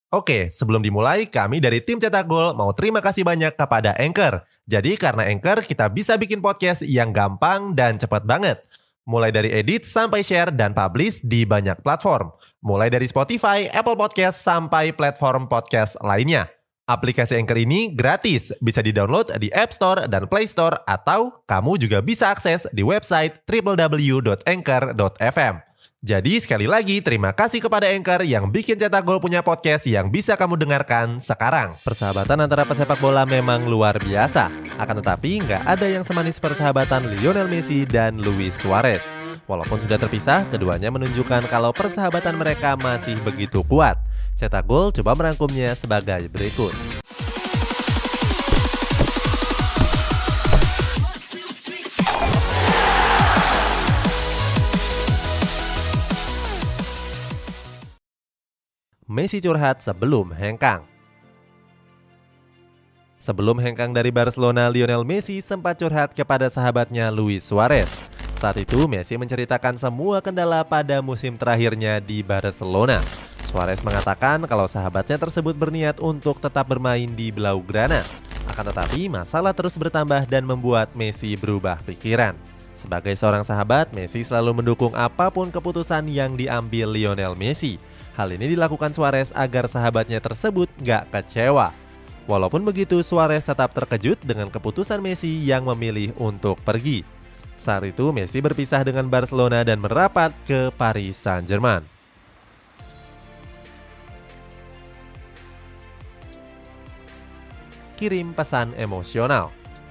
Oke, sebelum dimulai, kami dari tim Cetak Gol mau terima kasih banyak kepada Anchor. Jadi karena Anchor, kita bisa bikin podcast yang gampang dan cepat banget. Mulai dari edit sampai share dan publish di banyak platform. Mulai dari Spotify, Apple Podcast, sampai platform podcast lainnya. Aplikasi Anchor ini gratis, bisa di-download di App Store dan Play Store, atau kamu juga bisa akses di website www.anchor.fm. Jadi sekali lagi terima kasih kepada Anchor yang bikin Cetak Gol punya podcast yang bisa kamu dengarkan sekarang. Persahabatan antara pesepak bola memang luar biasa. Akan tetapi nggak ada yang semanis persahabatan Lionel Messi dan Luis Suarez. Walaupun sudah terpisah, keduanya menunjukkan kalau persahabatan mereka masih begitu kuat. Cetak Gol coba merangkumnya sebagai berikut. Messi curhat sebelum hengkang. Sebelum hengkang dari Barcelona, Lionel Messi sempat curhat kepada sahabatnya Luis Suarez. Saat itu Messi menceritakan semua kendala pada musim terakhirnya di Barcelona. Suarez mengatakan kalau sahabatnya tersebut berniat untuk tetap bermain di Blaugrana. Akan tetapi masalah terus bertambah dan membuat Messi berubah pikiran. Sebagai seorang sahabat, Messi selalu mendukung apapun keputusan yang diambil Lionel Messi. Hal ini dilakukan Suarez agar sahabatnya tersebut gak kecewa. Walaupun begitu, Suarez tetap terkejut dengan keputusan Messi yang memilih untuk pergi. Saat itu Messi berpisah dengan Barcelona dan merapat ke Paris Saint-Germain. Kirim pesan emosional.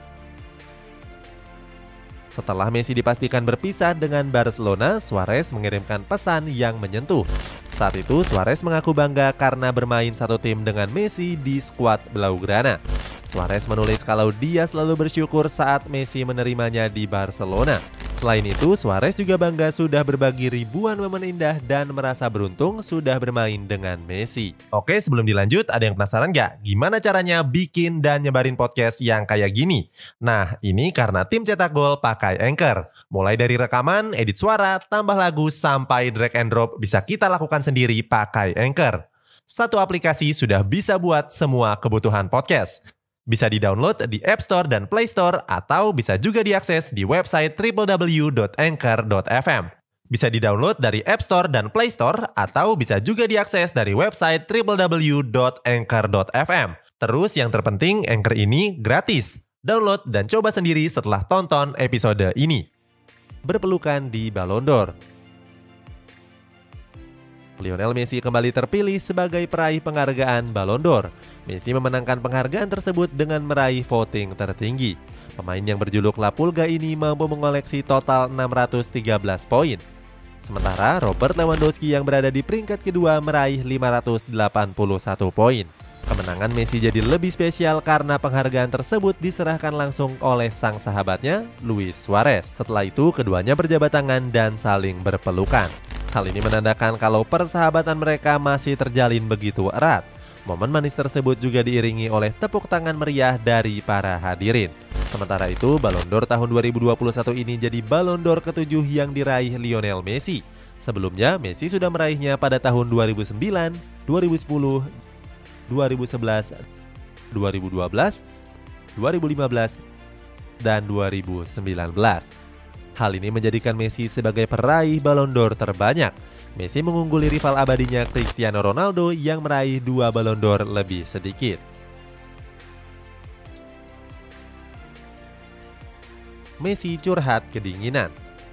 Setelah Messi dipastikan berpisah dengan Barcelona, Suarez mengirimkan pesan yang menyentuh. Saat itu Suarez mengaku bangga karena bermain satu tim dengan Messi di skuad Blaugrana. Suarez menulis kalau dia selalu bersyukur saat Messi menerimanya di Barcelona. Selain itu, Suarez juga bangga sudah berbagi ribuan momen indah dan merasa beruntung sudah bermain dengan Messi. Oke, sebelum dilanjut, ada yang penasaran gak? Gimana caranya bikin dan nyebarin podcast yang kayak gini? Nah, ini karena tim Cetak Gol pakai Anchor. Mulai dari rekaman, edit suara, tambah lagu, sampai drag and drop bisa kita lakukan sendiri pakai Anchor. Satu aplikasi sudah bisa buat semua kebutuhan podcast. Bisa di-download di App Store dan Play Store, atau bisa juga diakses di website www.anchor.fm. Bisa di-download dari App Store dan Play Store, atau bisa juga diakses dari website www.anchor.fm. Terus yang terpenting, Anchor ini gratis. Download dan coba sendiri setelah tonton episode ini. Berpelukan di Ballon d'Or. Lionel Messi kembali terpilih sebagai peraih penghargaan Ballon d'Or. Messi memenangkan penghargaan tersebut dengan meraih voting tertinggi. Pemain yang berjuluk La Pulga ini mampu mengoleksi total 613 poin. Sementara Robert Lewandowski yang berada di peringkat kedua meraih 581 poin. Kemenangan Messi jadi lebih spesial karena penghargaan tersebut diserahkan langsung oleh sang sahabatnya, Luis Suarez. Setelah itu, keduanya berjabat tangan dan saling berpelukan. Hal ini menandakan kalau persahabatan mereka masih terjalin begitu erat. Momen manis tersebut juga diiringi oleh tepuk tangan meriah dari para hadirin. Sementara itu, Ballon d'Or tahun 2021 ini jadi Ballon d'Or ke-7 yang diraih Lionel Messi. Sebelumnya, Messi sudah meraihnya pada tahun 2009, 2010, 2011, 2012, 2015, dan 2019. Hal ini menjadikan Messi sebagai peraih Ballon d'Or terbanyak. Messi mengungguli rival abadinya Cristiano Ronaldo yang meraih 2 Ballon d'Or lebih sedikit. Messi curhat kedinginan.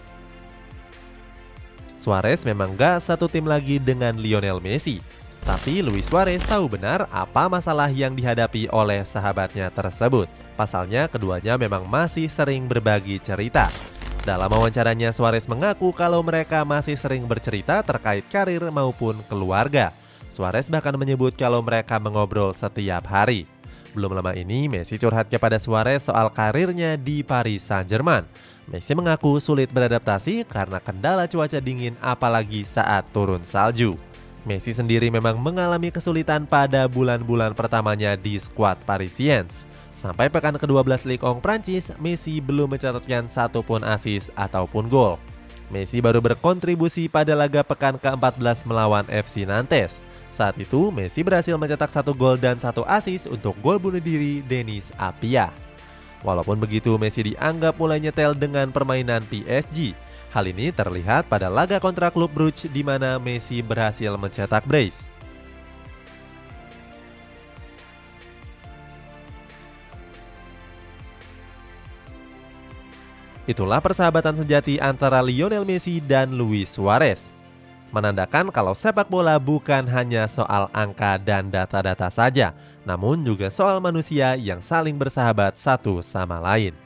Suarez memang gak satu tim lagi dengan Lionel Messi. Tapi Luis Suarez tahu benar apa masalah yang dihadapi oleh sahabatnya tersebut. Pasalnya keduanya memang masih sering berbagi cerita. Dalam wawancaranya, Suarez mengaku kalau mereka masih sering bercerita terkait karir maupun keluarga. Suarez bahkan menyebut kalau mereka mengobrol setiap hari. Belum lama ini, Messi curhat kepada Suarez soal karirnya di Paris Saint-Germain. Messi mengaku sulit beradaptasi karena kendala cuaca dingin apalagi saat turun salju. Messi sendiri memang mengalami kesulitan pada bulan-bulan pertamanya di skuad Parisiens. Sampai pekan ke-12 Ligue 1 Prancis, Messi belum mencatatkan satupun assist ataupun gol. Messi baru berkontribusi pada laga pekan ke-14 melawan FC Nantes. Saat itu, Messi berhasil mencetak 1 gol dan 1 assist untuk gol bunuh diri Denis Apia. Walaupun begitu, Messi dianggap mulai nyetel dengan permainan PSG. Hal ini terlihat pada laga kontra klub Brugge di mana Messi berhasil mencetak brace. Itulah persahabatan sejati antara Lionel Messi dan Luis Suarez. Menandakan kalau sepak bola bukan hanya soal angka dan data-data saja, namun juga soal manusia yang saling bersahabat satu sama lain.